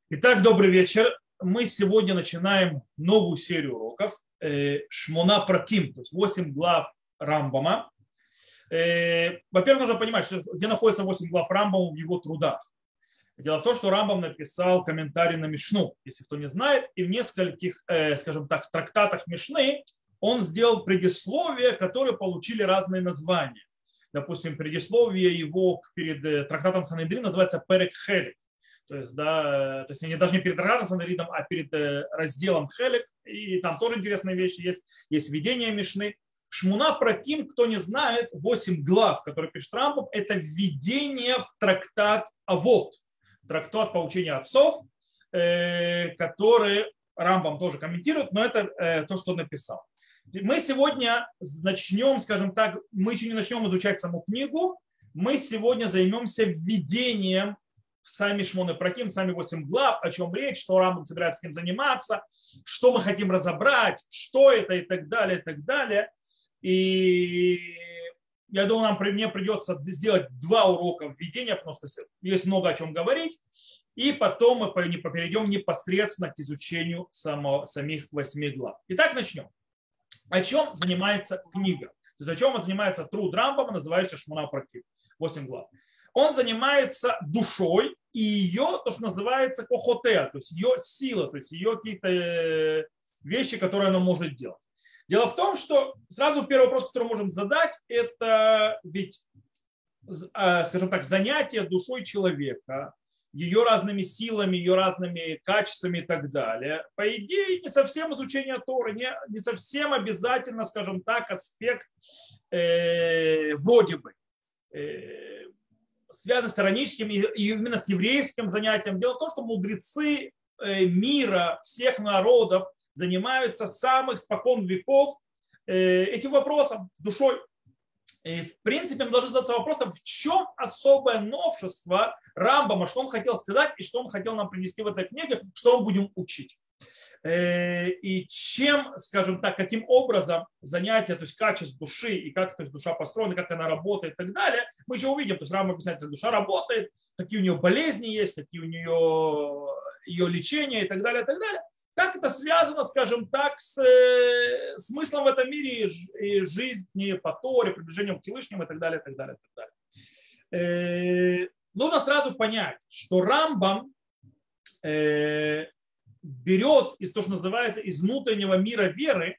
Итак, добрый вечер. Мы сегодня начинаем новую серию уроков Шмона Праким, то есть 8 глав Рамбама. Во-первых, нужно понимать, где находится 8 глав Рамбама в его трудах. Дело в том, что Рамбам написал комментарий на Мишну, если кто не знает, и в нескольких, скажем так, трактатах Мишны он сделал предисловия, которые получили разные названия. Допустим, предисловие его перед трактатом Санедрин называется Перек Хелек. То есть, да, то есть они даже не перед трактатом Санедридом, а перед разделом Хелек. И там тоже интересные вещи есть. Есть введение Мишны. Шмуна Праким, кто не знает, 8 глав, которые пишет Рамбам, это введение в трактат Авот, трактат по учению отцов, который Рамбам тоже комментирует, но это то, что он написал. Мы сегодня начнем, скажем так, мы еще не начнем изучать саму книгу, мы сегодня займемся введением в сами Шмоны Праким, сами 8 глав, о чем речь, что Рамбам собирается с кем заниматься, что мы хотим разобрать, что это и так далее, и так далее. И я думаю, мне придется сделать 2 урока введения, потому что есть много о чем говорить. И потом мы перейдем непосредственно к изучению самих 8 глав. Итак, начнем. О чем занимается книга? То есть о чем занимается труд Рамбама, называется Шмона Праким, 8 глав. Он занимается душой и ее, то, что называется кохотеа, то есть ее сила, то есть ее какие-то вещи, которые она может делать. Дело в том, что сразу первый вопрос, который мы можем задать, это ведь, скажем так, занятие душой человека, ее разными силами, ее разными качествами и так далее. По идее, не совсем изучение Торы, не совсем обязательно, скажем так, аспект вроде бы связан с ироническим и именно с еврейским занятием. Дело в том, что мудрецы мира, всех народов занимаются с самых спокон веков этим вопросом, душой. И в принципе, мы должны задаться вопросом, в чем особое новшество Рамбама, что он хотел сказать и что он хотел нам принести в этой книге, что мы будем учить. И чем, скажем так, каким образом занятие, то есть качество души и как то есть, душа построена, как она работает и так далее, мы еще увидим. То есть Рамбам объясняет, как душа работает, какие у нее болезни есть, какие у нее ее лечения и так далее, и так далее. Как это связано, скажем так, с смыслом в этом мире и жизни по Торе, приближением к Всевышнему и так далее, и так далее, и так далее. Нужно сразу понять, что Рамбам берет из того, что называется, из внутреннего мира веры,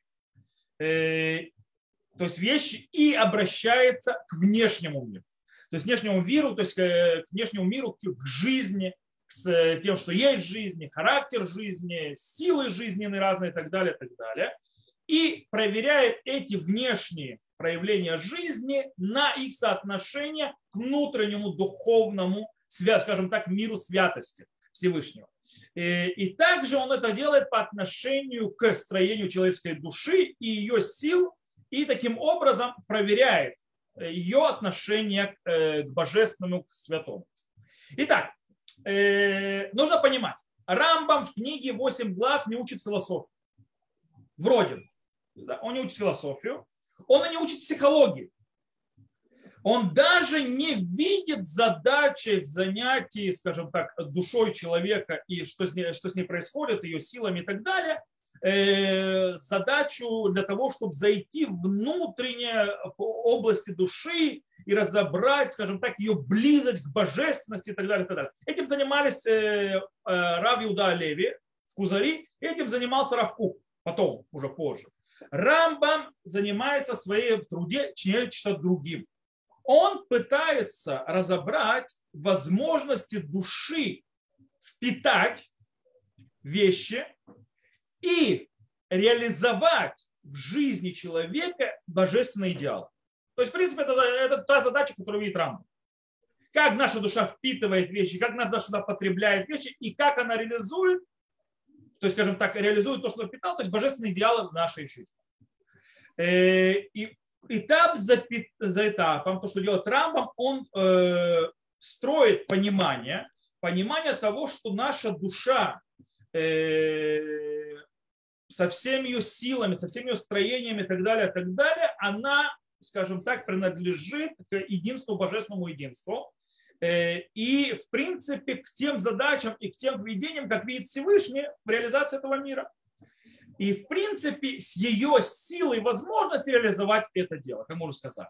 то есть вещи, и обращается к внешнему миру. То есть внешнему миру, то есть к внешнему миру, к жизни, с тем, что есть в жизни, характер жизни, силы жизненные разные и так далее, и так далее. И проверяет эти внешние проявления жизни на их соотношение к внутреннему духовному, скажем так, миру святости Всевышнего. И также он это делает по отношению к строению человеческой души и ее сил, и таким образом проверяет ее отношение к божественному, к святому. Итак, нужно понимать, Рамбам в книге 8 глав не учит философию. Вроде бы. Он не учит философию, он и не учит психологии. Он даже не видит задачи в занятии, скажем так, душой человека и что с ней происходит, ее силами и так далее, задачу для того, чтобы зайти в внутренние области души и разобрать, скажем так, ее близость к божественности и так далее. И так далее. Этим занимались Рав Иуда Алеви в Кузари, этим занимался Рав Кук, потом, уже позже. Рамбам занимается в своей труде чем-то другим. Он пытается разобрать возможности души впитать вещи и реализовать в жизни человека божественный идеал. То есть, в принципе, это та задача, которую видит Рамбам. Как наша душа впитывает вещи, как наша душа потребляет вещи и как она реализует, то есть, скажем так, реализует то, что впитал, то есть божественные идеалы в нашей жизни. И этап за этапом, то, что делает Рамбам, он строит понимание того, что наша душа со всеми ее силами, со всеми ее строениями и так далее, она, скажем так, принадлежит к единству, божественному единству. И, в принципе, к тем задачам и к тем видениям, как видит Всевышний в реализации этого мира. И, в принципе, с ее силой и возможностью реализовать это дело, как мы уже сказали.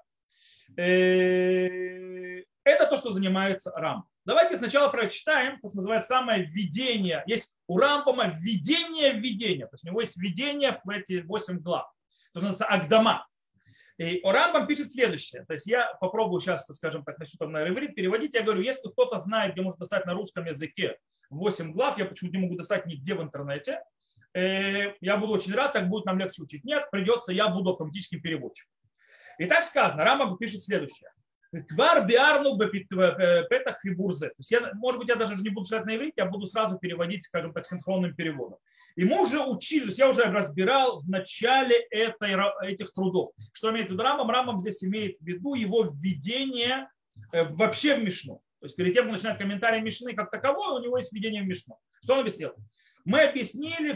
Это то, что занимается Рамбам. Давайте сначала прочитаем, то, что называется самое введение. Есть у Рамбама введение. То есть у него есть введение в эти 8 глав. То, что называется Агдама. И Рамбам пишет следующее. То есть я попробую сейчас, скажем так, начну там на иврит переводить. Я говорю, если кто-то знает, где можно достать на русском языке 8 глав, я почему-то не могу достать нигде в интернете, я буду очень рад, так будет нам легче учить. Нет, придется, я буду автоматическим переводчиком. И так сказано, Рамбам пишет следующее. Квар биарну петах хибурзе. То есть может быть, я даже не буду читать на иврите, я буду сразу переводить, скажем так, синхронным переводом. И мы уже учили, то есть я уже разбирал в начале этих трудов. Что имеет в виду Рамбам? Рамбам здесь имеет в виду его введение вообще в Мишну. То есть перед тем, как начинать комментарий Мишны как таковой, у него есть введение в Мишну. Что он объяснил? Мы объяснили,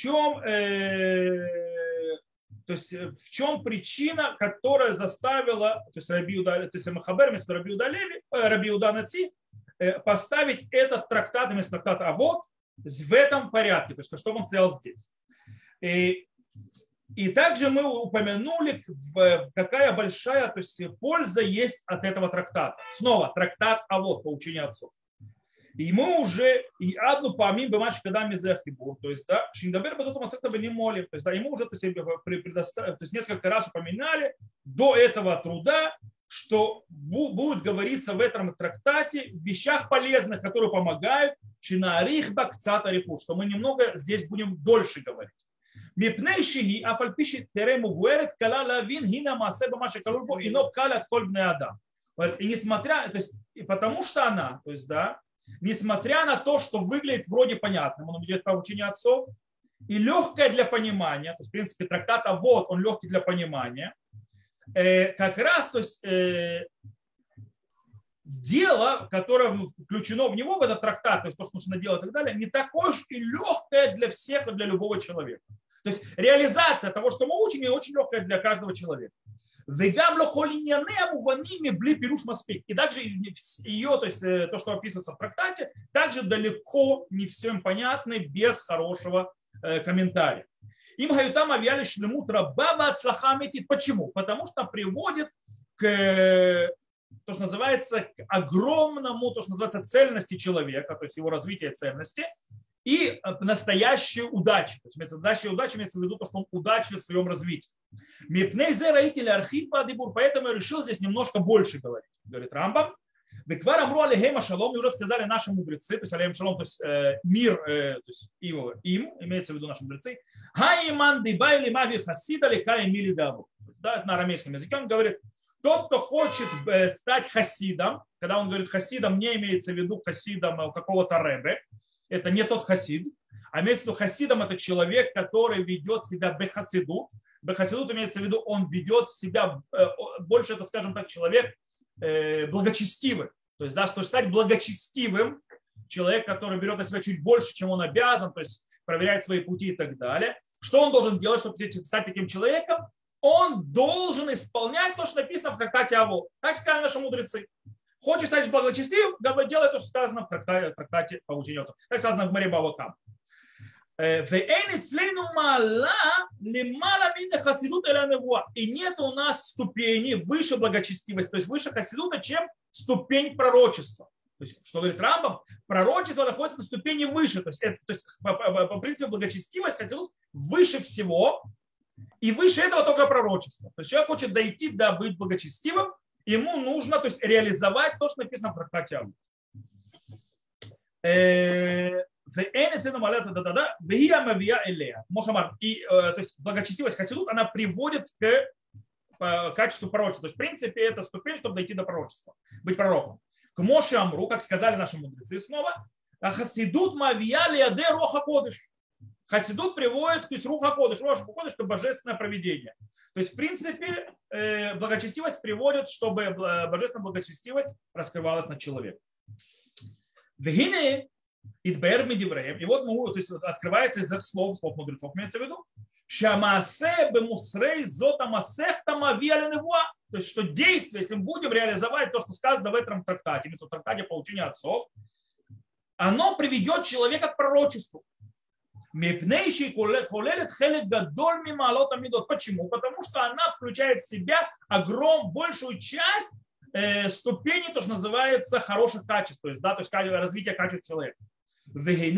в чем причина, которая заставила, то есть Раби Махабер вместо Раби Иуда Наси поставить этот трактат вместо трактата Авот в этом порядке, то есть чтобы он стоял здесь. И также мы упомянули, какая большая, то есть, польза есть от этого трактата. Снова трактат Авот по учению отцов. И мы уже и одну помим бумажку когда мизахибур, то есть да, шиндабер базотом асекта не молим, то есть да, ему уже то есть несколько раз упоминали до этого труда, что будет говориться в этом трактате в вещах полезных, которые помогают чинарих бакцатариху, что мы немного здесь будем дольше говорить. Мипнейшиги афальпиши терему вуэрет кала лавин хина маасеба маша калурбо ино калят коль бне адам. И несмотря, то есть и потому что она, то есть да, несмотря на то, что выглядит вроде понятным, он ведет по учению отцов, и легкое для понимания, то есть, в принципе, трактат Авот, он легкий для понимания, как раз, то есть, дело, которое включено в него, в этот трактат, то есть то, что нужно делать и так далее, не такое уж и легкое для всех и для любого человека. То есть реализация того, что мы учим, очень легкая для каждого человека. И также ее, то есть то, что описывается в трактате, также далеко не всем понятно без хорошего комментария. Им гаютам авиали шлемут рабаба ацлахаметит. Почему? Потому что приводит к то, что называется, к огромному, то, что называется, цельности человека, то есть его развитие цельности, и настоящую удачу. То есть настоящая удача имеется в виду то, что он удачлив в своем развитии. Поэтому я решил здесь немножко больше говорить, говорит Рамбам. Беквар амру алейхем шалом, и уже сказали наши мудрецы, то есть алейхем шалом, то есть мир, то есть им, имеется в виду наши мудрецы. Хаиман дибайли мави хасида лекай мили даву. Да, это на арамейском языке он говорит, тот, кто хочет стать хасидом, когда он говорит хасидом, не имеется в виду хасидом какого-то ребе, это не тот хасид, а имеется в виду хасидом это человек, который ведет себя бехасидут. Бехасидут имеется в виду, он ведет себя, больше это, скажем так, человек благочестивый. То есть, да, чтобы стать благочестивым, человек, который берет на себя чуть больше, чем он обязан, то есть проверяет свои пути и так далее. Что он должен делать, чтобы стать таким человеком? Он должен исполнять то, что написано в трактате Авот. Так сказали наши мудрецы. Хочешь стать благочестивым, делай то, что сказано в трактате по учению отцов. Так сказано в Море Бавотам. И нет у нас ступени выше благочестивости, то есть выше хасидута, чем ступень пророчества. То есть, что говорит Рамбам, пророчество находится на ступени выше. То есть по принципу благочестивость хасидут выше всего, и выше этого только пророчество. То есть человек хочет дойти до быть благочестивым, ему нужно, то есть, реализовать то, что написано в трактате Авот. И то есть благочестивость хасидут, она приводит к качеству пророчества. То есть, в принципе, это ступень, чтобы дойти до пророчества, быть пророком. К Моше Амру, как сказали наши мудрецы снова, хасидут мавия лиаде роха кодыш. Хасидут приводит к руха кодыш. Роха кодыш – это божественное провидение. То есть, в принципе, благочестивость приводит, чтобы божественная благочестивость раскрывалась над человеком. И вот то есть, открывается из-за слов мудрецов, имеется в виду, Шамасе бемусрей зота масехта мавиа леневуа. То есть, что действие, если мы будем реализовать то, что сказано в этом трактате, в трактате получения отцов, оно приведет человека к пророчеству. Почему? Потому что она включает в себя большую часть ступеней, то, что называется, хороших качеств, то есть, да, то есть развитие качеств человека. И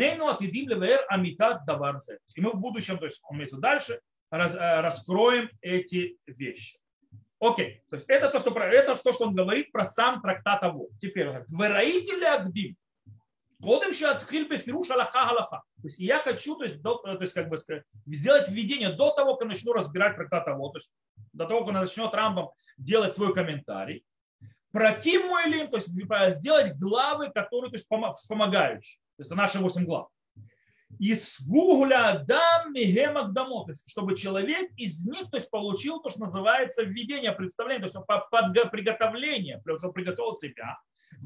мы в будущем, то есть дальше, раскроем эти вещи. Окей, то есть это то, что он говорит про сам трактат Авот. Теперь он говорит, то есть я хочу, то есть как бы сказать, сделать введение до того, как начну разбирать трактат Авот, то есть до того, как начнет Рамбам делать свой комментарий. Про Кимуэлим, то есть сделать главы, которые, то есть, вспомогающие. То есть это наши 8 глав. Из Гугля Адам Мигемакдамо, то есть чтобы человек из них, то есть, получил то, что называется введение, представление, то есть приготовление, чтобы приготовил себя.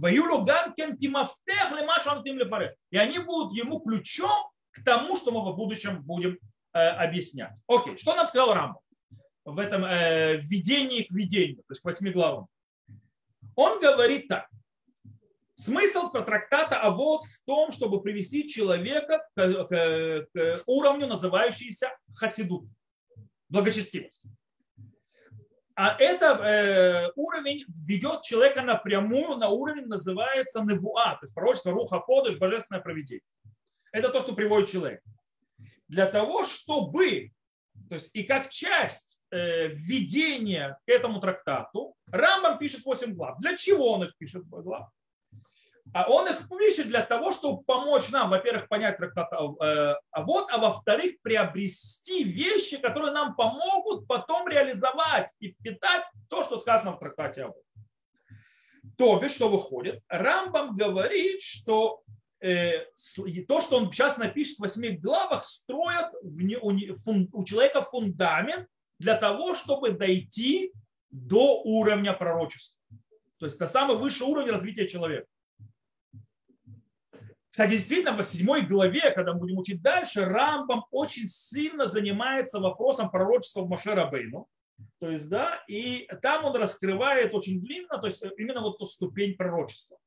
И они будут ему ключом к тому, что мы в будущем будем объяснять. Окей, что нам сказал Рамбам в этом введении к видению, то есть к 8 главам? Он говорит так. Смысл трактата Авот в том, чтобы привести человека к уровню, называющийся хасидут, благочестивость. А этот уровень ведет человека напрямую на уровень, называется невуа, то есть пророчество руха кодыш, божественное провидение. Это то, что приводит человека. Для того, чтобы, то есть и как часть введения к этому трактату, Рамбам пишет 8 глав. Для чего он их пишет 8 глав? А он их пишет для того, чтобы помочь нам, во-первых, понять трактат Авот, а во-вторых, приобрести вещи, которые нам помогут потом реализовать и впитать то, что сказано в трактате Авот. То бишь, что выходит, Рамбам говорит, что то, что он сейчас напишет в 8 главах, строят у человека фундамент для того, чтобы дойти до уровня пророчества. То есть это самый высший уровень развития человека. Кстати, действительно, в 7 главе, когда мы будем учить дальше, Рамбам очень сильно занимается вопросом пророчества в Моше Рабейну. То есть, да, и там он раскрывает очень длинно, то есть именно вот эту ступень пророчества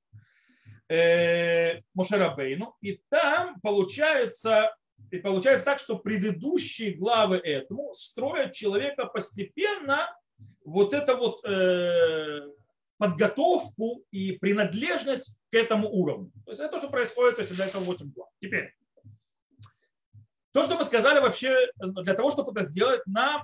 Моше Рабейну. И там получается так, что предыдущие главы этому строят человека постепенно вот это вот подготовку и принадлежность к этому уровню. То есть это то, что происходит, то есть для этого 8 глав. Теперь, то, что мы сказали вообще, для того, чтобы это сделать, нам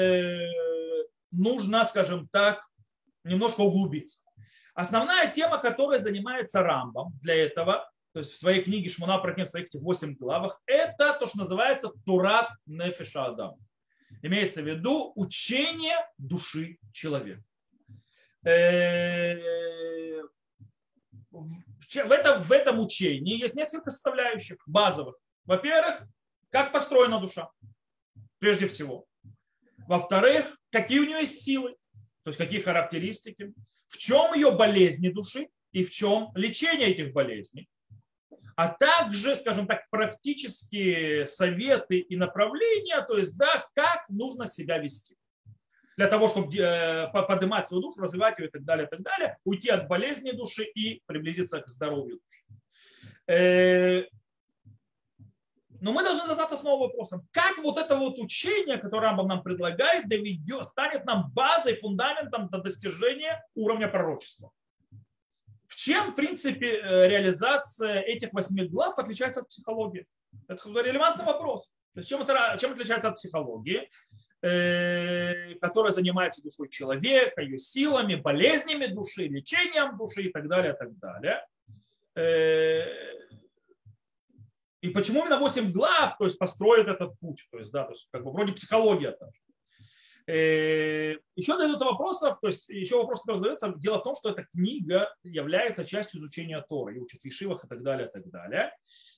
нужно, скажем так, немножко углубиться. Основная тема, которой занимается Рамбам для этого, то есть в своей книге Шмона Праким, в своих этих 8 главах, это то, что называется Турат Нефеша Адам. Имеется в виду учение души человека. В этом учении есть несколько составляющих базовых. Во-первых, как построена душа, прежде всего. Во-вторых, какие у нее есть силы, то есть какие характеристики, в чем ее болезни души и в чем лечение этих болезней. А также, скажем так, практические советы и направления, то есть, да, как нужно себя вести. Для того, чтобы поднимать свою душу, развивать ее и так далее, уйти от болезни души и приблизиться к здоровью души. Но мы должны задаться снова вопросом, как вот это вот учение, которое Рамбам нам предлагает, станет нам базой, фундаментом до достижения уровня пророчества. В чем, в принципе, реализация этих 8 глав отличается от психологии? Это релевантный вопрос. То есть чем отличается от психологии, которая занимается душой человека, ее силами, болезнями души, лечением души и так далее, и так далее. И почему именно 8 глав, то есть построит этот путь, то есть, да, то есть как бы вроде психология тоже. Еще дается вопросов, то есть еще вопрос, который задается. Дело в том, что эта книга является частью изучения Торы, и учат в ешивах и так далее, и так далее.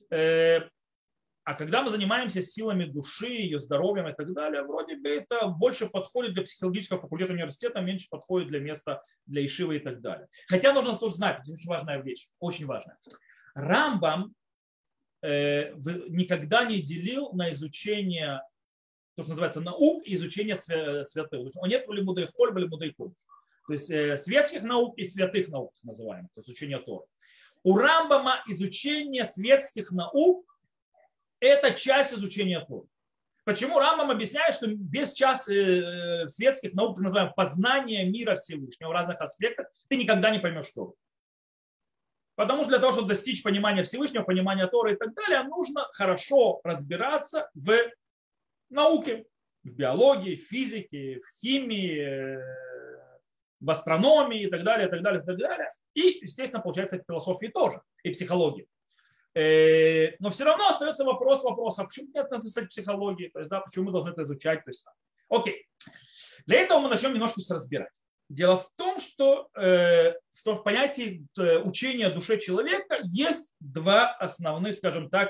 А когда мы занимаемся силами души, ее здоровьем и так далее, вроде бы это больше подходит для психологического факультета университета, меньше подходит для места для ешивы и так далее. Хотя нужно тут знать, это очень важная вещь, очень важная. Рамбам никогда не делил на изучение то, что называется наук и изучения святых. То есть нет лимудей холь, лимудей кодыш. То есть светских наук и святых наук называемых, то есть изучение Торы. У Рамбама изучение светских наук – это часть изучения Торы. Почему Рамбам объясняет, что без светских наук, так называемого познания мира Всевышнего в разных аспектах, ты никогда не поймешь Тору. Потому что для того, чтобы достичь понимания Всевышнего, понимания Торы и так далее, нужно хорошо разбираться в науке, в биологии, в физике, в химии, в астрономии и так далее, и так далее, и так далее. И, естественно, получается в философии тоже, и психологии. Но все равно остается вопрос, а почему нет надо писать психологии, то есть, да, почему мы должны это изучать, то есть, да. Окей. Для этого мы начнем немножко разбирать. Дело в том, что в понятии учения душе человека есть два основных, скажем так,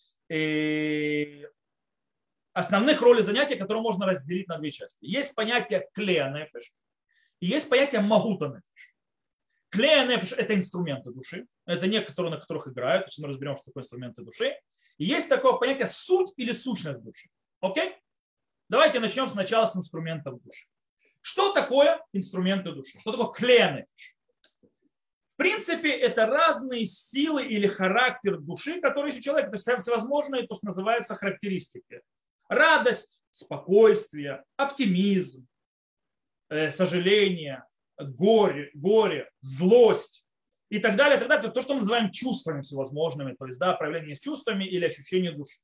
основных роли занятия, которые можно разделить на две части. Есть понятие клея нефеш, и есть понятие магута нефеш. Клея нефеш – это инструменты души, это некоторые, на которых играют, то есть мы разберем, что такое инструменты души. И есть такое понятие суть или сущность души. Окей? Давайте начнем сначала с инструментов души. Что такое инструменты души? Что такое клея нефеш? В принципе, это разные силы или характер души, которые есть у человека, то есть всевозможные, то, что называется, характеристики. Радость, спокойствие, оптимизм, сожаление, горе, злость и так далее, так далее. То, что мы называем чувствами всевозможными, то есть да, проявление чувствами или ощущение души.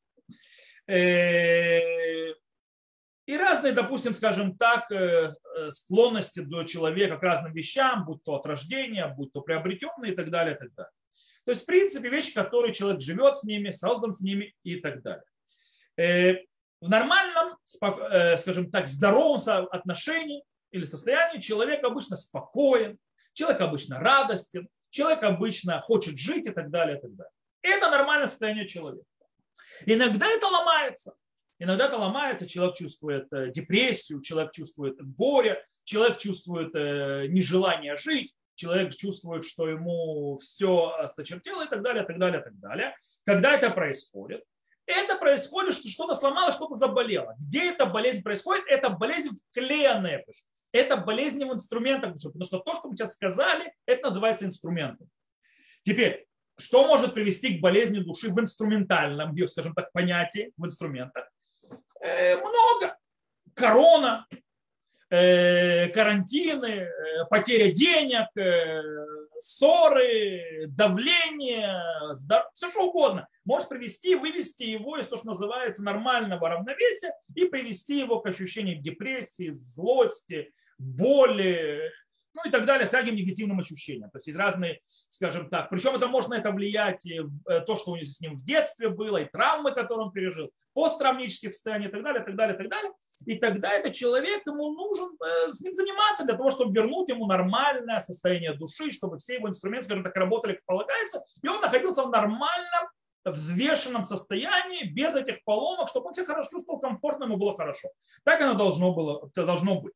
И разные, допустим, скажем так, склонности до человека к разным вещам, будь то от рождения, будь то приобретенные и так далее, и так далее. То есть, в принципе, вещи, которые человек живет с ними, создан с ними и так далее. В нормальном, скажем так, здоровом отношении или состоянии человек обычно спокоен, человек обычно радостен, человек обычно хочет жить и так далее, и так далее. Это нормальное состояние человека. Иногда это ломается. Иногда это ломается, человек чувствует депрессию, человек чувствует горе, человек чувствует нежелание жить, человек чувствует, что ему все осточертело и так далее, и так далее, и так далее. Когда это происходит? Это происходит, что что-то сломалось, что-то заболело. Где эта болезнь происходит? Это болезнь в клея нефеш. Это болезнь в инструментах души. Потому что то, что мы сейчас сказали, это называется инструментом. Теперь, что может привести к болезни души в инструментальном, скажем так, понятии, в инструментах? Много. Корона, карантины, потеря денег, ссоры, давление, все что угодно. Может привести, вывести его из того, что называется нормального равновесия и привести его к ощущению депрессии, злости, боли, ну и так далее, с всяким негативным ощущением. То есть есть разные, скажем так, причем это может на это влиять и то, что у него с ним в детстве было, и травмы, которые он пережил, посттравматические состояния и так далее, и так далее, и так далее. И тогда этот человек, ему нужен с ним заниматься для того, чтобы вернуть ему нормальное состояние души, чтобы все его инструменты, скажем так, работали как полагается, и он находился в нормальном, взвешенном состоянии, без этих поломок, чтобы он себя хорошо чувствовал, комфортно, ему было хорошо. Так оно должно быть.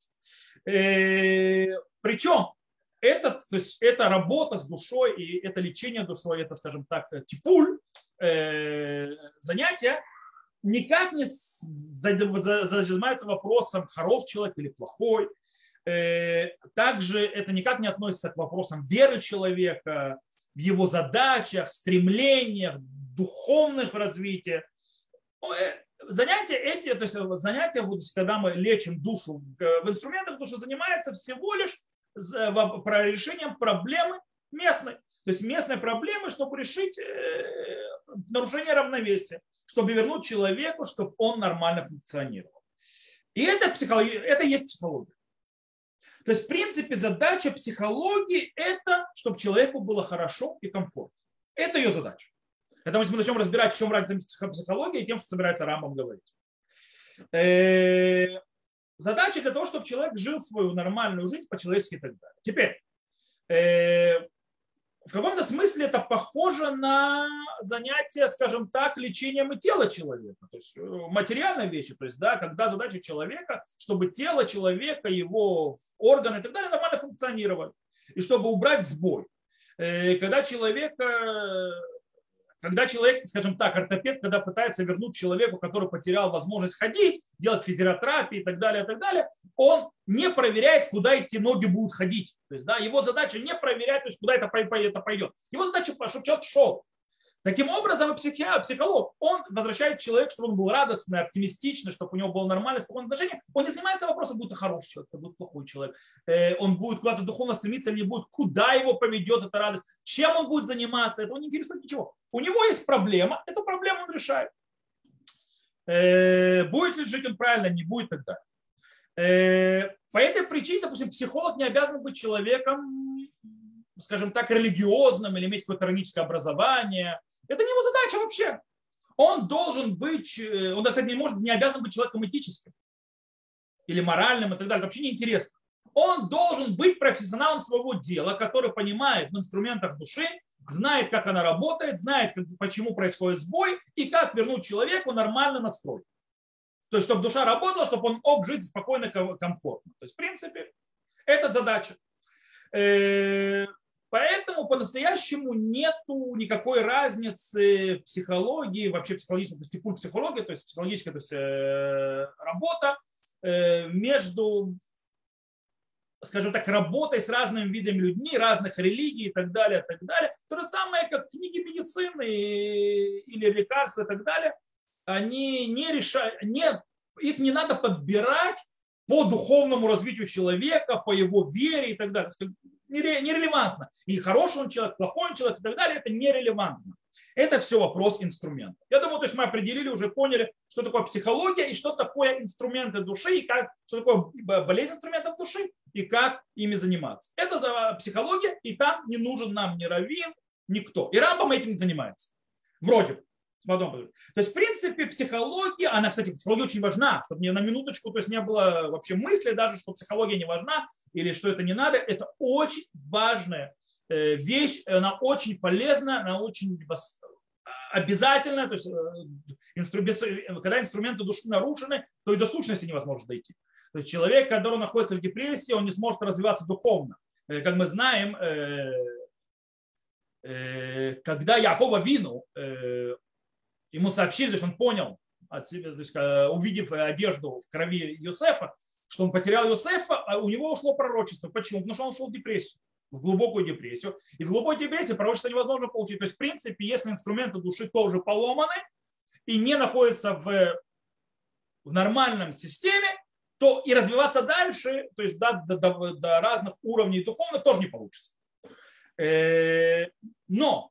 Причем то есть это работа с душой и это лечение душой, это, скажем так, типуль, занятие, никак не занимается вопросом, хорош человек или плохой. Также это никак не относится к вопросам веры человека, в его задачах, стремлениях, духовных развития. Занятия эти, то есть занятия, когда мы лечим душу в инструментах души, занимается всего лишь решением проблемы местной. То есть местной проблемы, чтобы решить нарушение равновесия, чтобы вернуть человеку, чтобы он нормально функционировал. И это есть психология. То есть, в принципе, задача психологии – это, чтобы человеку было хорошо и комфортно. Это ее задача. Это мы начнем разбирать, в чем разница психологии и тем, что собирается Рамбам говорить. Задача для того, чтобы человек жил свою нормальную жизнь по-человечески и так далее. Теперь, в каком-то смысле это похоже на занятие, скажем так, лечением и тела человека. То есть материальные вещи. То есть, да, когда задача человека, чтобы тело человека, его органы и так далее нормально функционировали. И чтобы убрать сбой. Когда человека когда человек, скажем так, ортопед, когда пытается вернуть человеку, который потерял возможность ходить, делать физиотерапию и так далее, он не проверяет, куда эти ноги будут ходить. То есть, да, его задача не проверять, то есть, куда это пойдет. Его задача, чтобы человек шел. Таким образом, и психолог, он возвращает человека, чтобы он был радостный, оптимистичный, чтобы у него было нормальное, спокойное отношение. Он не занимается вопросом, будет хороший человек, будет плохой человек. Он будет куда-то духовно стремиться или не будет, куда его поведет эта радость, чем он будет заниматься, это его не интересует ничего. У него есть проблема, эту проблему он решает. Будет ли жить он правильно, не будет и так далее. По этой причине, допустим, психолог не обязан быть человеком, скажем так, религиозным или иметь какое-то раническое образование. Это не его задача вообще. Он должен быть, он, кстати, не обязан быть человеком этическим или моральным и так далее. Это вообще не интересно. Он должен быть профессионалом своего дела, который понимает в инструментах души, знает, как она работает, знает, почему происходит сбой и как вернуть человеку нормальный настрой. То есть, чтобы душа работала, чтобы он мог жить спокойно, комфортно. То есть, в принципе, это задача. Поэтому по-настоящему нету никакой разницы в психологии, вообще психологической, то есть культ психологии, то есть психологическая, то есть работа между, скажем так, работой с разными видами людьми, разных религий и так далее, и так далее. То же самое, как книги медицины или лекарства и так далее, они не решают, их не надо подбирать по духовному развитию человека, по его вере и так далее. Нерелевантно. И хороший он человек, плохой он человек и так далее, это нерелевантно. Это все вопрос инструмента. Я думаю, то есть мы определили, уже поняли, что такое психология и что такое инструменты души, и что такое болезнь инструментов души, и как ими заниматься. Это за психология, и там не нужен нам ни раввин, никто. И Рамбам этим не занимается. Вроде бы. То есть, в принципе, психология, она, кстати, психология очень важна, чтобы не на минуточку, то есть не было вообще мысли даже, что психология не важна или что это не надо. Это очень важная вещь, она очень полезна, она очень обязательная. То есть, когда инструменты души нарушены, то и до сущности невозможно дойти. То есть человек, который находится в депрессии, он не сможет развиваться духовно. Как мы знаем, когда Якова Вину ему сообщили, то есть он понял от себя, то есть, увидев одежду в крови Йосефа, что он потерял Йосефа, а у него ушло пророчество. Почему? Потому что он ушел в депрессию, в глубокую депрессию. И в глубокой депрессии пророчество невозможно получить. То есть, в принципе, если инструменты души тоже поломаны и не находятся в нормальном системе, то и развиваться дальше, то есть до разных уровней духовных тоже не получится. Но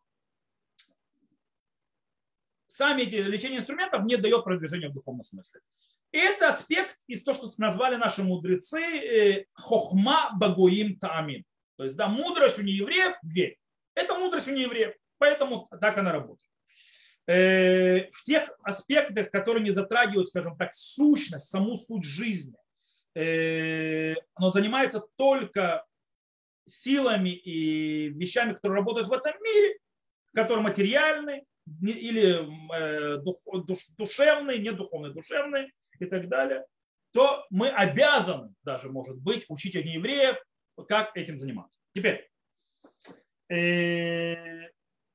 сами эти лечение инструментов не дает продвижения в духовном смысле. И это аспект из того, что назвали наши мудрецы хохма багоим таамин. То есть, да, мудрость у неевреев – верь. Это мудрость у неевреев, поэтому так она работает. В тех аспектах, которые не затрагивают, скажем так, сущность, саму суть жизни, оно занимается только силами и вещами, которые работают в этом мире, которые материальны, или душевный, не духовный, душевный и так далее, то мы обязаны даже, может быть, учить неевреев, как этим заниматься. Теперь, это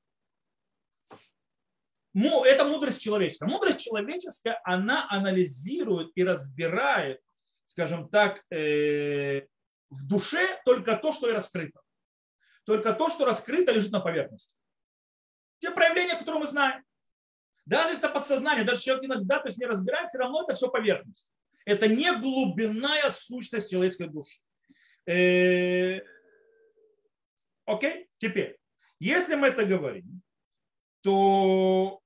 мудрость человеческая. Мудрость человеческая, она анализирует и разбирает, скажем так, в душе только то, что и раскрыто. Только то, что раскрыто, лежит на поверхности. Те проявления, которые мы знаем. Даже если это подсознание, даже человек иногда то есть не разбирает, все равно это все поверхность. Это не глубинная сущность человеческой души. Окей? Теперь, если мы это говорим, то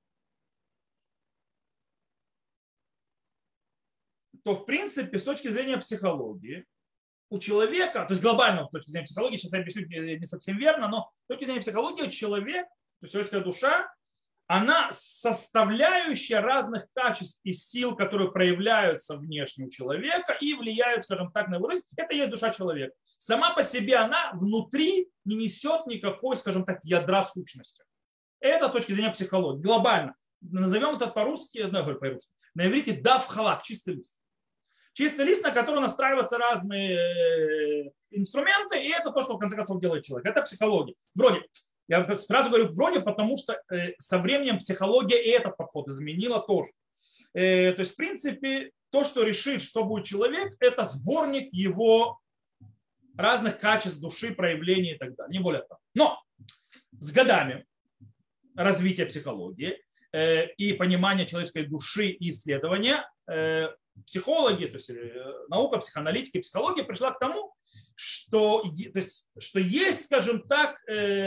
в принципе, с точки зрения психологии, у человека, то есть глобально с точки зрения психологии, сейчас я объясню не совсем верно, но с точки зрения психологии человек, то есть человеческая душа, она составляющая разных качеств и сил, которые проявляются внешне у человека и влияют, скажем так, на его жизнь. Это и есть душа человека. Сама по себе она внутри не несет никакой, скажем так, ядра сущности. Это с точки зрения психологии. Глобально. Назовем это по-русски, на иврите дав халак, чистый лист. Чистый лист, на который настраиваются разные инструменты, и это то, что в конце концов делает человек. Это психология. Вроде, Я сразу говорю вроде, потому что со временем психология и этот подход изменила тоже. То есть, в принципе, то, что решит, что будет человек, это сборник его разных качеств души, проявлений и так далее. Не более того. Но с годами развития психологии и понимания человеческой души и исследования психологи, то есть наука, психоаналитики, психология пришла к тому, что есть, скажем так,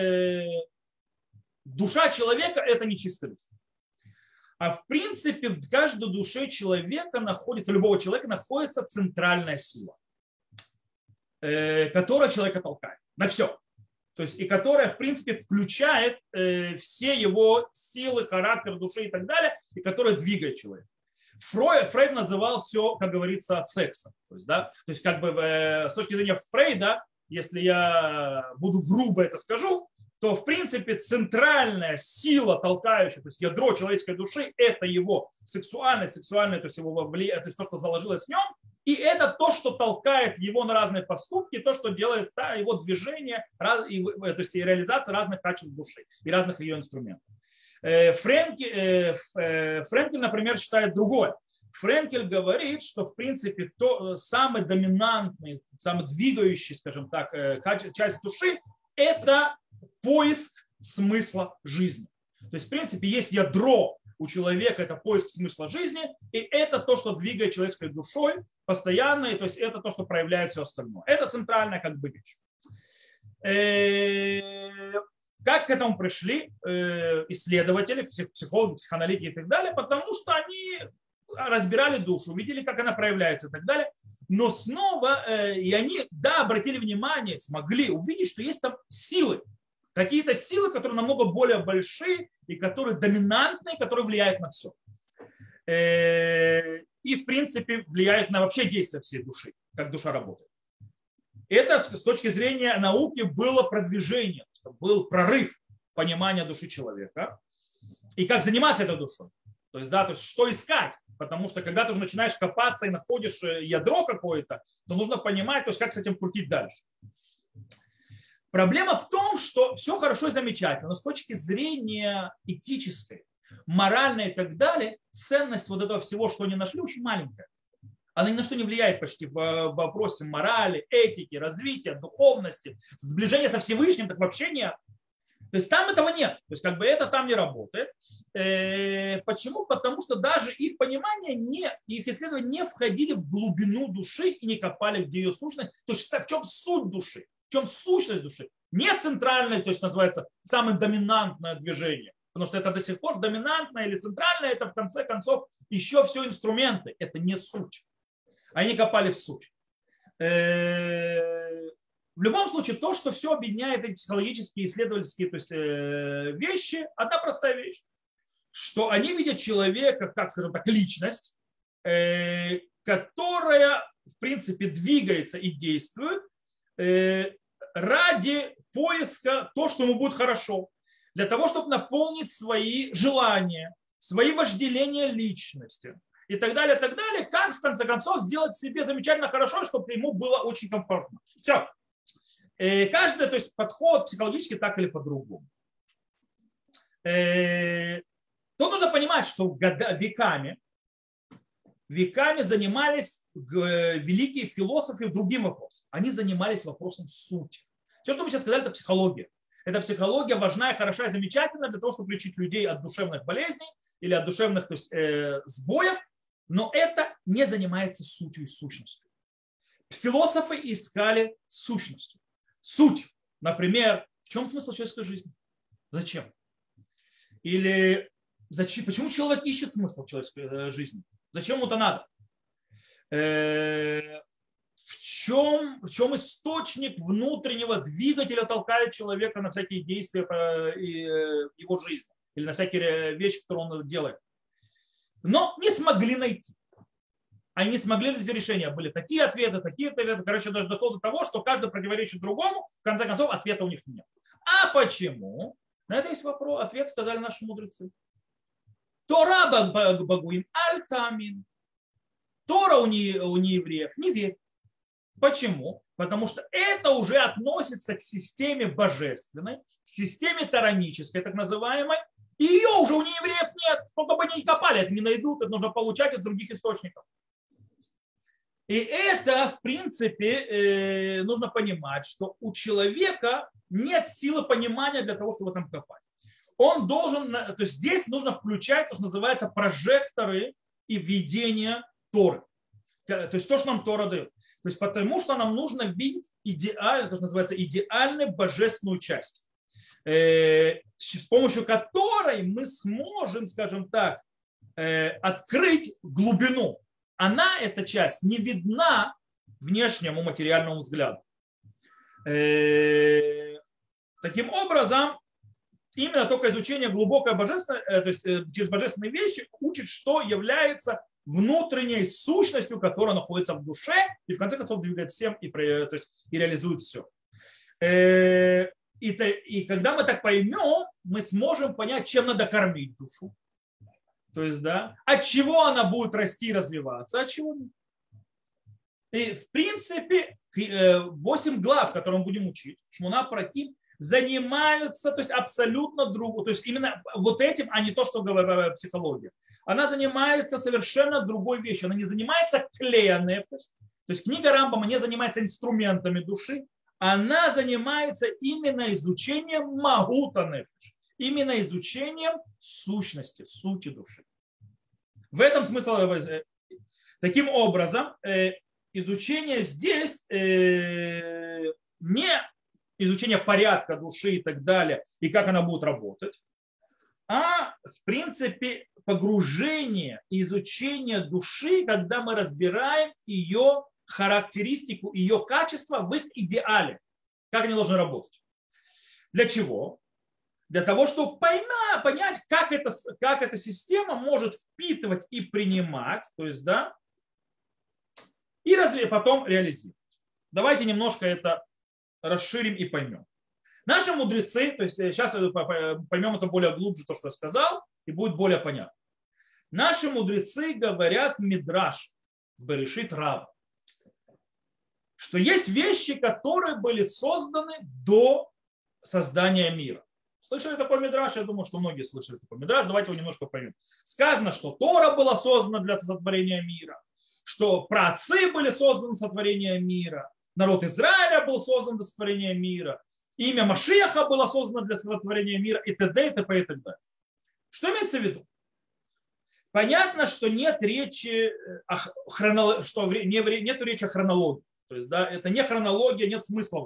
душа человека – это не чистый лист. А в принципе в каждой душе человека находится, любого человека находится центральная сила, которая человека толкает на все. То есть, и которая, в принципе, включает все его силы, характер души и так далее, и которая двигает человека. Фрейд называл все, как говорится, от секса. То есть, да, то есть как бы с точки зрения Фрейда, если я буду грубо это скажу, то, в принципе, центральная сила, толкающая, то есть ядро человеческой души, это его сексуальность, то есть его влияние, то есть то, что заложилось в нем, и это то, что толкает его на разные поступки, то, что делает его движение, то есть и реализация разных качеств души и разных ее инструментов. Френкель, например, считает другое. Френкель говорит, что, в принципе, самый доминантный, самый двигающий, скажем так, часть души – это поиск смысла жизни. То есть, в принципе, есть ядро у человека, это поиск смысла жизни, и это то, что двигает человеческой душой постоянно, и то есть это то, что проявляет все остальное. Это центральная как бы вещь. Как к этому пришли исследователи, психологи, психоаналитики и так далее? Потому что они разбирали душу, видели, как она проявляется и так далее. Но снова, и они, да, обратили внимание, смогли увидеть, что есть там силы. Какие-то силы, которые намного более большие и которые доминантные, которые влияют на все. И, в принципе, влияют на вообще действия всей души, как душа работает. Это с точки зрения науки было продвижение, был прорыв понимания души человека и как заниматься этой душой. То есть, да, то есть что искать, потому что когда ты уже начинаешь копаться и находишь ядро какое-то, то нужно понимать, то есть как с этим крутить дальше. Проблема в том, что все хорошо и замечательно, но с точки зрения этической, моральной и так далее, ценность вот этого всего, что они нашли, очень маленькая. Она ни на что не влияет почти в вопросе морали, этики, развития, духовности, сближения со Всевышним, так вообще нет. То есть там этого нет. То есть как бы это там не работает. Почему? Потому что даже их понимание, их исследования не входили в глубину души и не копали, где ее сущность. То есть в чем суть души, в чем сущность души. Не центральное, то есть называется самое доминантное движение. Потому что это до сих пор доминантное или центральное, это в конце концов еще все инструменты. Это не суть. Они копали в суть. В любом случае, то, что все объединяет эти психологические, исследовательские то есть, вещи, одна простая вещь, что они видят человека, как, скажем так, личность, которая, в принципе, двигается и действует ради поиска того, что ему будет хорошо, для того, чтобы наполнить свои желания, свои вожделения личности. И так далее, как в конце концов сделать себе замечательно хорошо, чтобы ему было очень комфортно. Все. Каждый, то есть подход психологически так или по-другому. Тут нужно понимать, что веками занимались великие философы другим вопросом. Они занимались вопросом сути. Все, что мы сейчас сказали, это психология. Эта психология важна и хороша и замечательна для того, чтобы лечить людей от душевных болезней или от душевных то есть, сбоев. Но это не занимается сутью и сущностью. Философы искали сущностью. Суть, например, в чем смысл человеческой жизни? Зачем? Или зачем, почему человек ищет смысл в человеческой жизни? Зачем ему это надо? В чем источник внутреннего двигателя толкает человека на всякие действия его жизни? Или на всякие вещи, которые он делает? Но не смогли найти. Они не смогли найти решения. Были такие ответы. Короче, дошло до того, что каждый противоречит другому. В конце концов, ответа у них нет. А почему? На это есть вопрос. Ответ сказали наши мудрецы. Тора багуим аль-тамин. Тора у неевреев не верь. Почему? Потому что это уже относится к системе божественной, к системе таранической, так называемой. И ее уже у неевреев нет. Сколько бы они ни копали, это не найдут, это нужно получать из других источников. И это, в принципе, нужно понимать, что у человека нет силы понимания для того, чтобы там копать. Он должен, то есть здесь нужно включать то, что называется прожекторы и видение Торы. То есть то, что нам Тора дает. То есть потому что нам нужно видеть идеально, то, что называется идеальную божественную часть, с помощью которой мы сможем, скажем так, открыть глубину. Она, эта часть, не видна внешнему материальному взгляду. Таким образом, именно только изучение глубокой божественной, то есть через божественные вещи учит, что является внутренней сущностью, которая находится в душе и в конце концов двигает всем и, то есть, и реализует все. И когда мы так поймем, мы сможем понять, чем надо кормить душу. То есть, да, от чего она будет расти и развиваться, от чего нет. И, в принципе, 8 глав, которые мы будем учить, Шмона Праким, занимаются, то есть абсолютно другу, то есть именно вот этим, а не то, что говорит психология. Она занимается совершенно другой вещью. Она не занимается клея-нефеш, то есть книга Рамбама не занимается инструментами души, она занимается именно изучением магута-нефеш, именно изучением сущности, сути души. В этом смысл. Таким образом, изучение здесь не изучение порядка души и так далее, и как она будет работать, а в принципе погружение, изучение души, когда мы разбираем ее характеристику, ее качество в их идеале, как они должны работать. Для чего? Для того, чтобы понять, как эта система может впитывать и принимать, то есть, да, и потом реализовать. Давайте немножко это расширим и поймем. Наши мудрецы, то есть сейчас поймем это более глубже, то, что я сказал, и будет более понятно. Наши мудрецы говорят в Мидраш, в Берешит Рава, что есть вещи, которые были созданы до создания мира. Слышали такой Мидраш? Я думаю, что многие слышали такой Мидраш. Давайте его немножко поймем. Сказано, что Тора была создана для сотворения мира, что праотцы были созданы для сотворения мира, народ Израиля был создан для сотворения мира, имя Машиаха было создано для сотворения мира и т.д. и т.п. и так далее. Что имеется в виду? Понятно, что нет речи о нет речи о хронологии. То есть, да, это не хронология, нет смысла в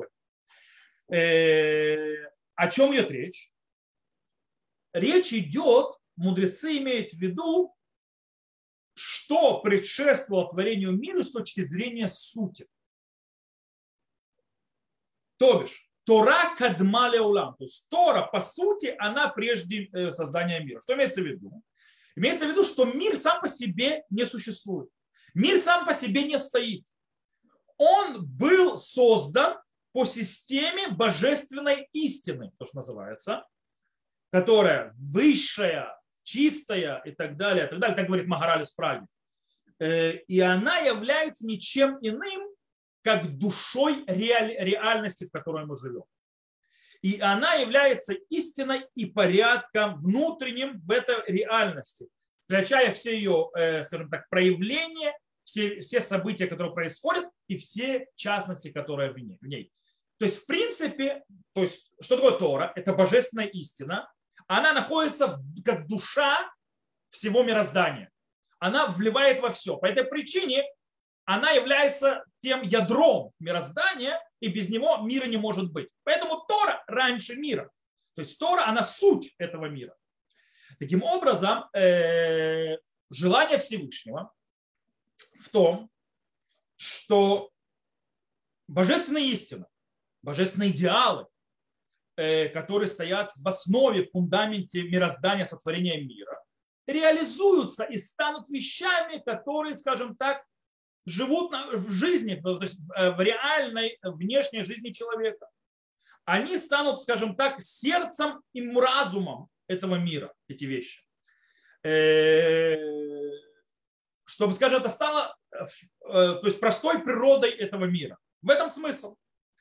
этом. О чем идет речь? Речь идет, мудрецы имеют в виду, что предшествовало творению мира с точки зрения сути. То бишь, Тора кадма леулам. То есть Тора, по сути, она прежде создания мира. Что имеется в виду? Имеется в виду, что мир сам по себе не существует. Мир сам по себе не стоит. Он был создан по системе божественной истины, то, что называется, которая высшая, чистая и так далее, так говорит Магараль из Праги. И она является ничем иным, как душой реальности, в которой мы живем. И она является истиной и порядком внутренним в этой реальности, включая все ее, скажем так, проявления, все события, которые происходят, и все частности, которые в ней. То есть, в принципе, то есть, что такое Тора? Это божественная истина. Она находится как душа всего мироздания. Она вливает во все. По этой причине она является тем ядром мироздания, и без него мира не может быть. Поэтому Тора раньше мира. То есть Тора, она суть этого мира. Таким образом, желание Всевышнего в том, что божественная истина, божественные идеалы, которые стоят в основе, в фундаменте мироздания, сотворения мира, реализуются и станут вещами, которые, скажем так, живут в жизни, то есть в реальной внешней жизни человека. Они станут, скажем так, сердцем и разумом этого мира, эти вещи. Чтобы, скажем, это стало то есть простой природой этого мира. В этом смысл.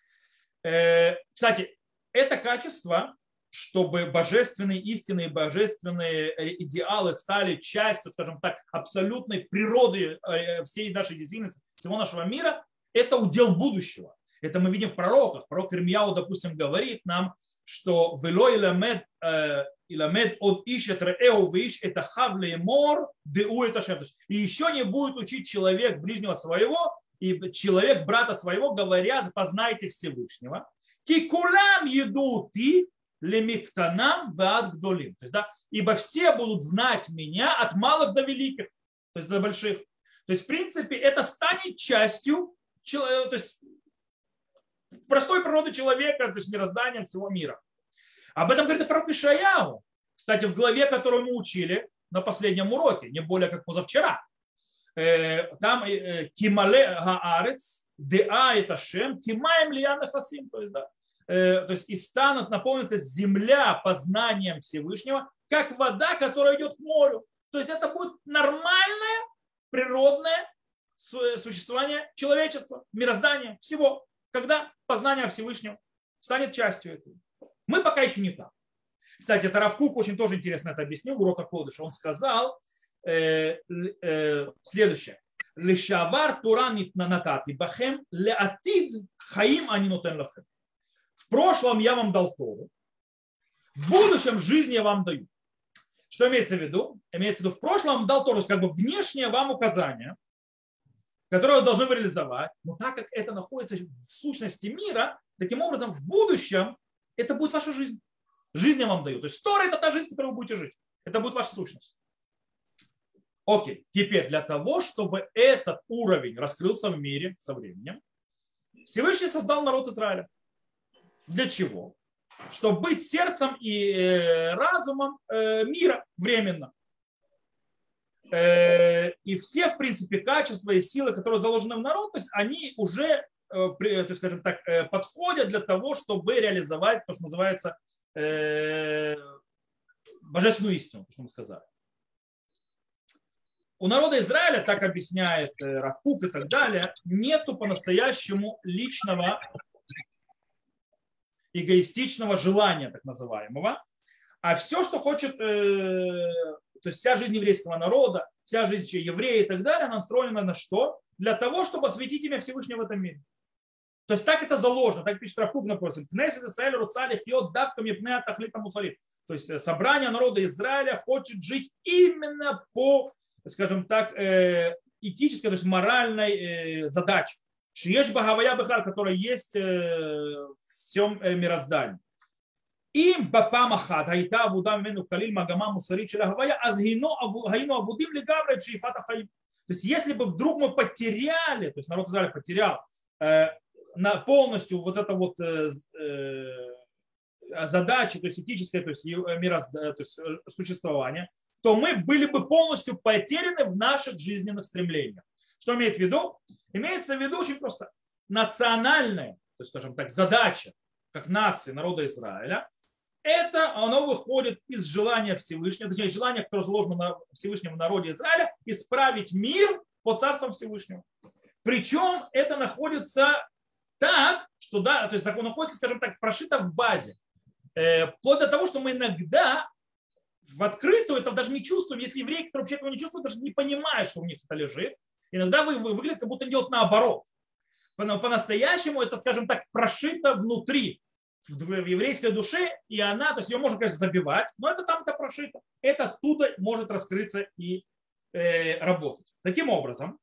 Кстати, это качество, чтобы божественные истины, божественные идеалы стали частью, скажем так, абсолютной природы всей нашей действительности, всего нашего мира, это удел будущего. Это мы видим в пророках. Пророк Ирмияу, допустим, говорит нам, что «Вело иламед от ишет реэу виш это хавле мор деу это шем». И еще не будет учить человек ближнего своего и человек брата своего, говоря, познайте Всевышнего. Кикулам еду ты лемиктанам вад гдолим. То есть, да, ибо все будут знать меня от малых до великих, то есть до больших. То есть, в принципе, это станет частью то есть, простой природы человека, то есть мироздания всего мира. Об этом говорит и пророк Ишаяу. Кстати, в главе, которую мы учили на последнем уроке, не более как позавчера. Там кимале гаарец деа это шем кимаем лияна хасим. То есть, да, то есть и станут наполниться земля познанием Всевышнего, как вода, которая идет к морю. То есть это будет нормальное природное существование человечества, мироздания, всего, когда познание Всевышнего станет частью этого. Мы пока еще не там. Кстати, это Рав Кук очень тоже интересно это объяснил в уроках Кодыша. Он сказал следующее. Лешавар туранит нанатати бахем леатид хаим анинотен лахем. В прошлом я вам дал Тору, в будущем жизни я вам даю. Что имеется в виду? Имеется в виду, в прошлом я вам дал Тору, как бы внешнее вам указание, которое вы должны реализовать, но так как это находится в сущности мира, таким образом в будущем это будет ваша жизнь. Жизнь я вам даю. То есть Тора – это та жизнь, в которой вы будете жить. Это будет ваша сущность. Окей. Теперь для того, чтобы этот уровень раскрылся в мире со временем, Всевышний создал народ Израиля. Для чего? Чтобы быть сердцем и разумом мира временно. И все, в принципе, качества и силы, которые заложены в народ, то есть они уже, то есть, скажем так, подходят для того, чтобы реализовать то, что называется божественную истину, что мы сказали. У народа Израиля, так объясняет Рав Кук и так далее, нету по-настоящему личного эгоистичного желания, так называемого, а все, что хочет, то есть вся жизнь еврейского народа, вся жизнь евреев и так далее, она настроена на что? Для того, чтобы осветить имя Всевышнего в этом мире. То есть так это заложено, так пишет Рав Кук, например, то есть собрание народа Израиля хочет жить именно по, скажем так, этической, то есть моральной задаче. Шиеш Багавая Бехар, которая есть в всем мироздании. Им бапамахат айта авуда мену калиль магама мусарит шела гавая азгино авудим лигавра джифата хаим. То есть если бы вдруг мы потеряли, то есть народ Израиля потерял полностью вот это вот задачи, то есть этическое, то есть то есть существование, то мы были бы полностью потеряны в наших жизненных стремлениях. Что имеет в виду? Имеется в виду очень просто национальная, то есть, скажем так, задача как нации народа Израиля. Это оно выходит из желания Всевышнего, точнее, желания, которое заложено на Всевышнем народе Израиля, исправить мир по царствам Всевышнего. Причем это находится так, что да, то есть закон находится, скажем так, прошито в базе. Вплоть до того, что мы иногда в открытую это даже не чувствуем, если евреи, которые вообще этого не чувствуют, даже не понимают, что у них это лежит. Иногда выглядит, как будто делают наоборот. По-настоящему это, скажем так, прошито внутри, в еврейской душе, и она, то есть ее можно, конечно, забивать, но это там-то прошито. Это оттуда может раскрыться и работать. Таким образом,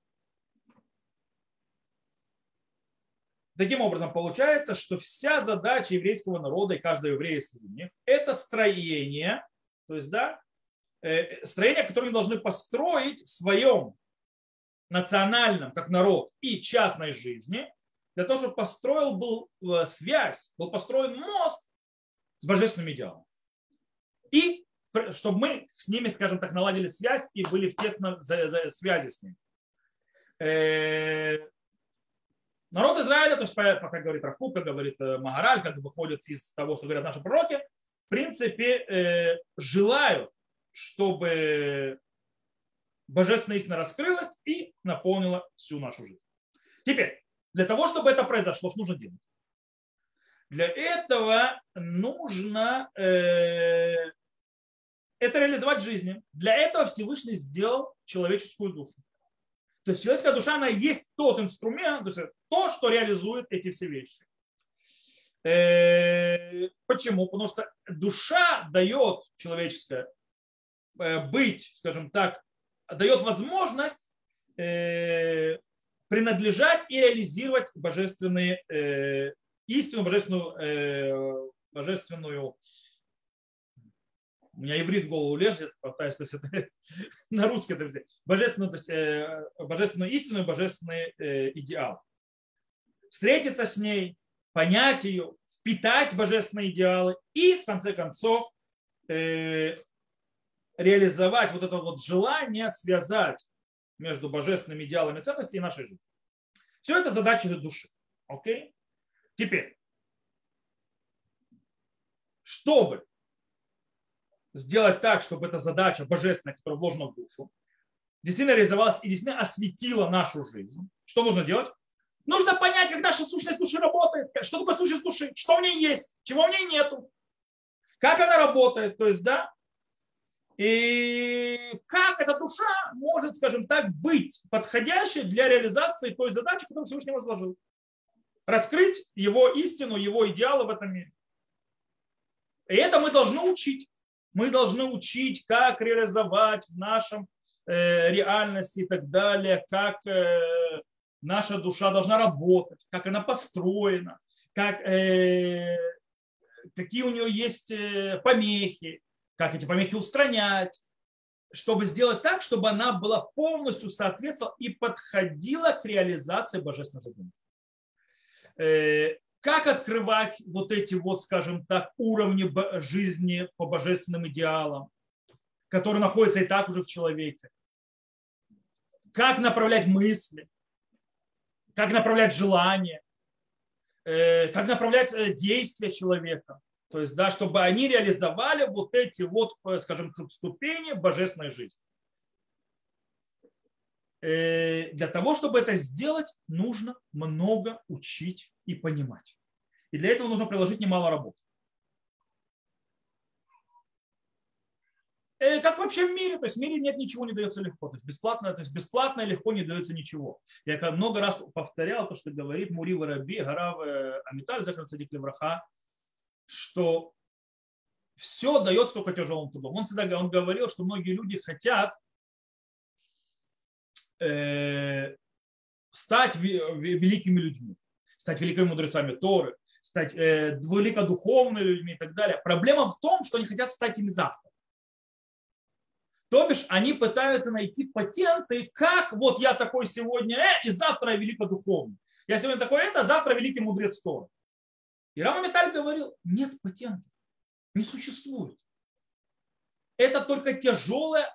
получается, что вся задача еврейского народа и каждого еврея среди них – это строение, то есть, да, строение, которое они должны построить в своем национальном, как народ, и частной жизни, для того, чтобы был связь, был построен мост с божественным идеалом. И чтобы мы с ними, скажем так, наладили связь и были в тесной связи с ними. Народ Израиля, то есть, как говорит Рав Кук, как говорит Магараль, как выходит из того, что говорят наши пророки, в принципе, желают, чтобы божественная истина раскрылась и наполнила всю нашу жизнь. Теперь, Для того, чтобы это произошло, что нужно делать? Для этого нужно это реализовать в жизни. Для этого Всевышний сделал человеческую душу. То есть человеческая душа, она есть тот инструмент, то есть то, что реализует эти все вещи. Почему? Потому что душа дает человеческая быть, скажем так, дает возможность принадлежать и реализировать божественные истину, божественную, у меня иврит в голову лежит, пытаюсь, то есть это, на русский это взять, божественную, то есть, божественную истину и божественный идеал. Встретиться с ней, понять ее, впитать божественные идеалы и, в конце концов, реализовать вот это вот желание связать между божественными идеалами ценностей и нашей жизнью. Все это задача души. Окей? Теперь, чтобы сделать так, чтобы эта задача божественная, которая вложена в душу, действительно реализовалась и действительно осветила нашу жизнь, что нужно делать? Нужно понять, как наша сущность души работает, что такое сущность души, что в ней есть, чего в ней нету, как она работает, то есть, да, и как эта душа может, скажем так, быть подходящей для реализации той задачи, которую Всевышний возложил. Раскрыть его истину, его идеалы в этом мире. И это мы должны учить. Мы должны учить, как реализовать в нашем реальности и так далее, как наша душа должна работать, как она построена, какие у нее есть помехи, как эти помехи устранять, чтобы сделать так, чтобы она была полностью соответствовала и подходила к реализации божественного задумки. Как открывать вот эти вот, скажем так, уровни жизни по божественным идеалам, которые находятся и так уже в человеке. Как направлять мысли, как направлять желания, как направлять действия человека. То есть, да, чтобы они реализовали вот эти вот, скажем, ступени божественной жизни. Для того, чтобы это сделать, нужно много учить и понимать. И для этого нужно приложить немало работы. Как вообще в мире, то есть в мире нет ничего, не дается легко. То есть бесплатно и легко не дается ничего. Я много раз повторял то, что говорит Мури Вараби, Гарав Амиталь, Захар Цадик Левраха, что все дается только тяжелым трудом. Он говорил, что многие люди хотят стать великими людьми, стать великими мудрецами Торы, стать великодуховными людьми и так далее. Проблема в том, что они хотят стать ими завтра. То бишь они пытаются найти патенты, как вот я такой сегодня и завтра я великодуховный. Я сегодня такой а завтра великий мудрец Торы. И Рав Амиталь говорил, нет патентов, не существует. Это только тяжелая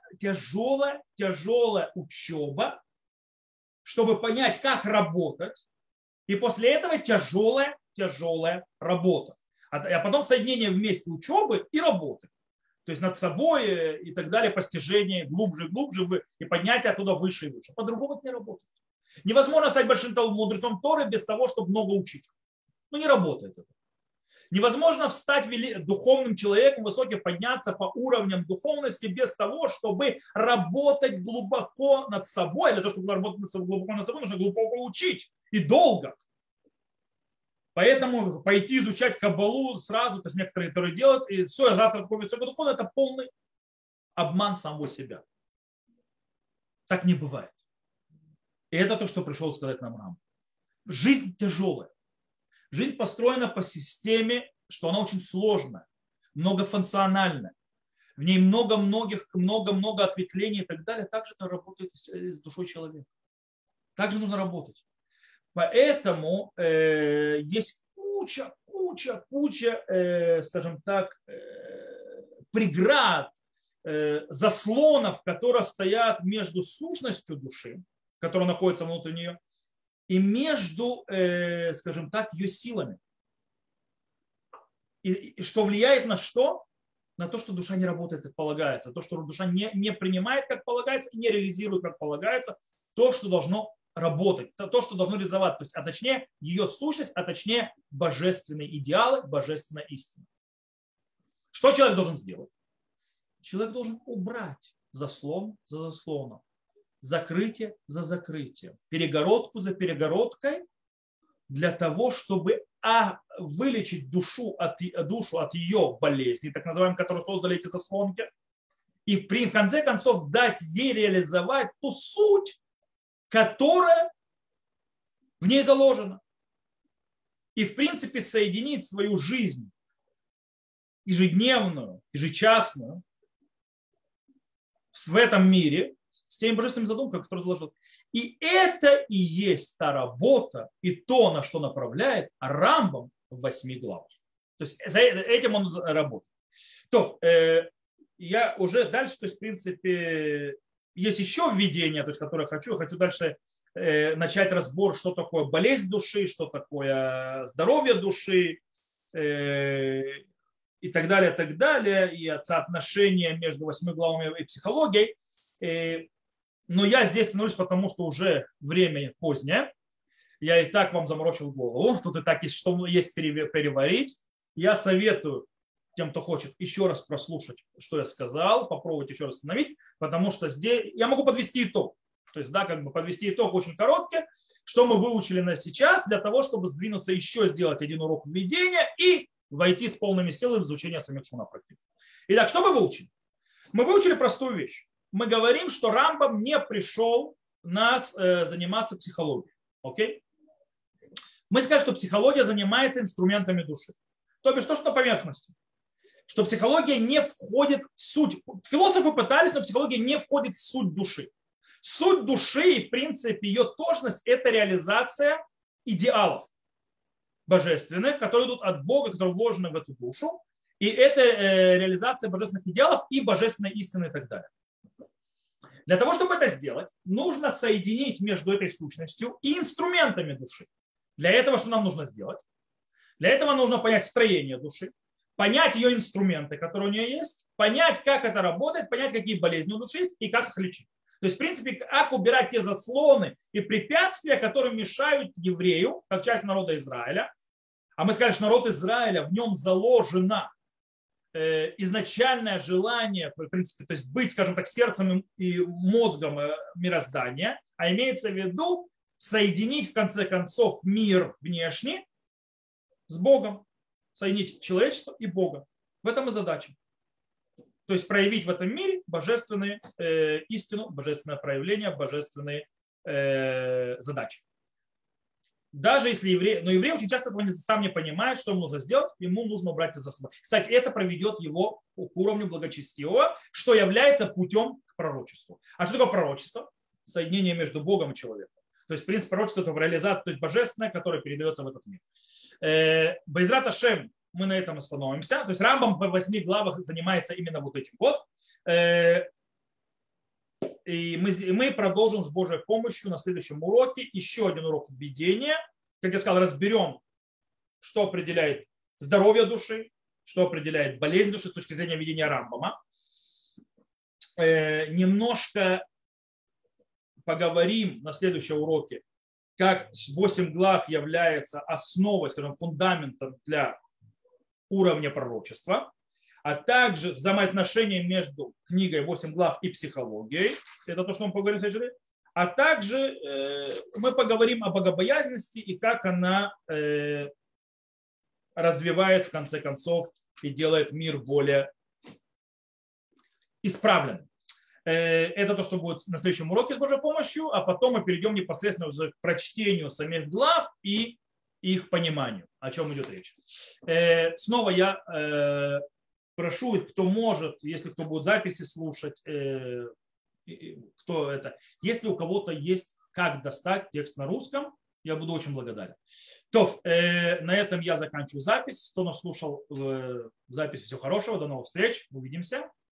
учеба, чтобы понять, как работать. И после этого тяжелая работа. А потом соединение вместе учебы и работы. То есть над собой и так далее, постижение глубже и поднятие оттуда выше и выше. По-другому это не работает. Невозможно стать большим мудрецом Торы без того, чтобы много учить. Ну не работает это. Невозможно встать духовным человеком, высоко подняться по уровням духовности без того, чтобы работать глубоко над собой. Для того, чтобы работать глубоко над собой, нужно глубоко учить и долго. Поэтому пойти изучать каббалу сразу, то есть некоторые, которые делают, и все, я завтра такой высокодуховный, это полный обман самого себя. Так не бывает. И это то, что пришел сказать нам Рам. Жизнь тяжелая. Жизнь построена по системе, что она очень сложная, многофункциональная. В ней много ответвлений и так далее. Также это работает с душой человека. Также нужно работать. Поэтому есть куча, скажем так, преград, заслонов, которые стоят между сущностью души, которая находится внутри нее, и между, скажем так, ее силами. И что влияет на что? На то, что душа не работает, как полагается. То, что душа не принимает, как полагается, и не реализирует, как полагается, то, что должно работать, то, что должно реализовать, то есть, а точнее ее сущность, а точнее божественные идеалы, божественная истина. Что человек должен сделать? Человек должен убрать заслон за заслоном, закрытие за закрытием, перегородку за перегородкой для того, чтобы вылечить душу от ее болезни, так называемой, которую создали эти заслонки, и в конце концов дать ей реализовать ту суть, которая в ней заложена. И в принципе соединить свою жизнь ежедневную, ежечасную в этом мире с теми божественными задумками, которые заложил. И это и есть та работа, и то, на что направляет Рамбам в 8 главах. То есть за этим он работает. То, я уже дальше, то есть в принципе, есть еще введение, то есть, которое хочу дальше начать разбор, что такое болезнь души, что такое здоровье души и так далее, и соотношение между 8 главами и психологией. Но я здесь становлюсь, потому что уже время позднее. Я и так вам заморочил голову. Тут и так есть, что есть переварить. Я советую тем, кто хочет, еще раз прослушать, что я сказал, попробовать еще раз остановить, потому что здесь я могу подвести итог. То есть, да, как бы подвести итог очень короткий, что мы выучили на сейчас, для того, чтобы сдвинуться еще, сделать один урок введения и войти с полными силами в изучение самих Шмона Праким. Итак, что мы выучили? Мы выучили простую вещь. Мы говорим, что Рамбам не пришел нас заниматься психологией. Окей? Мы сказали, что психология занимается инструментами души. То бишь, то, что на поверхности. Что психология не входит в суть. Философы пытались, но психология не входит в суть души. Суть души и, в принципе, ее тожность – это реализация идеалов божественных, которые идут от Бога, которые вложены в эту душу. И это реализация божественных идеалов и божественной истины и так далее. Для того, чтобы это сделать, нужно соединить между этой сущностью и инструментами души. Для этого что нам нужно сделать? Для этого нужно понять строение души, понять ее инструменты, которые у нее есть, понять, как это работает, понять, какие болезни у души есть и как их лечить. То есть, в принципе, как убирать те заслоны и препятствия, которые мешают еврею, как часть народа Израиля. А мы сказали, что народ Израиля, в нем заложено изначальное желание, в принципе, то есть быть, скажем так, сердцем и мозгом мироздания, а имеется в виду соединить, в конце концов, мир внешний с Богом, соединить человечество и Бога. В этом и задача. То есть проявить в этом мире божественную истину, божественное проявление, божественные задачи. Даже если еврей, но еврей очень часто этого сам не понимает, что ему нужно сделать, ему нужно убрать из заслуги. Кстати, это приведет его к уровню благочестивого, что является путем к пророчеству. А что такое пророчество? Соединение между Богом и человеком. То есть, в принципе, пророчество – это реализация, то есть божественное, которое передается в этот мир. Бейзрат Ашем, мы на этом остановимся. То есть Рамбам в 8 главах занимается именно вот этим вот. И мы продолжим с Божьей помощью на следующем уроке. Еще один урок введения. Как я сказал, разберем, что определяет здоровье души, что определяет болезнь души с точки зрения видения Рамбама. Немножко поговорим на следующем уроке, как 8 глав является основой, скажем, фундаментом для уровня пророчества, а также взаимоотношения между книгой 8 глав и психологией. Это то, что мы поговорим сейчас. А также мы поговорим о богобоязненности и как она развивает, в конце концов, и делает мир более исправленным. Это то, что будет на следующем уроке с Божьей помощью, а потом мы перейдем непосредственно уже к прочтению самих глав и их пониманию, о чем идет речь. Снова я прошу, кто может, если кто будет записи слушать, кто это, если у кого-то есть как достать текст на русском, я буду очень благодарен. То, на этом я заканчиваю запись. Кто нас слушал запись, всего хорошего, до новых встреч, увидимся.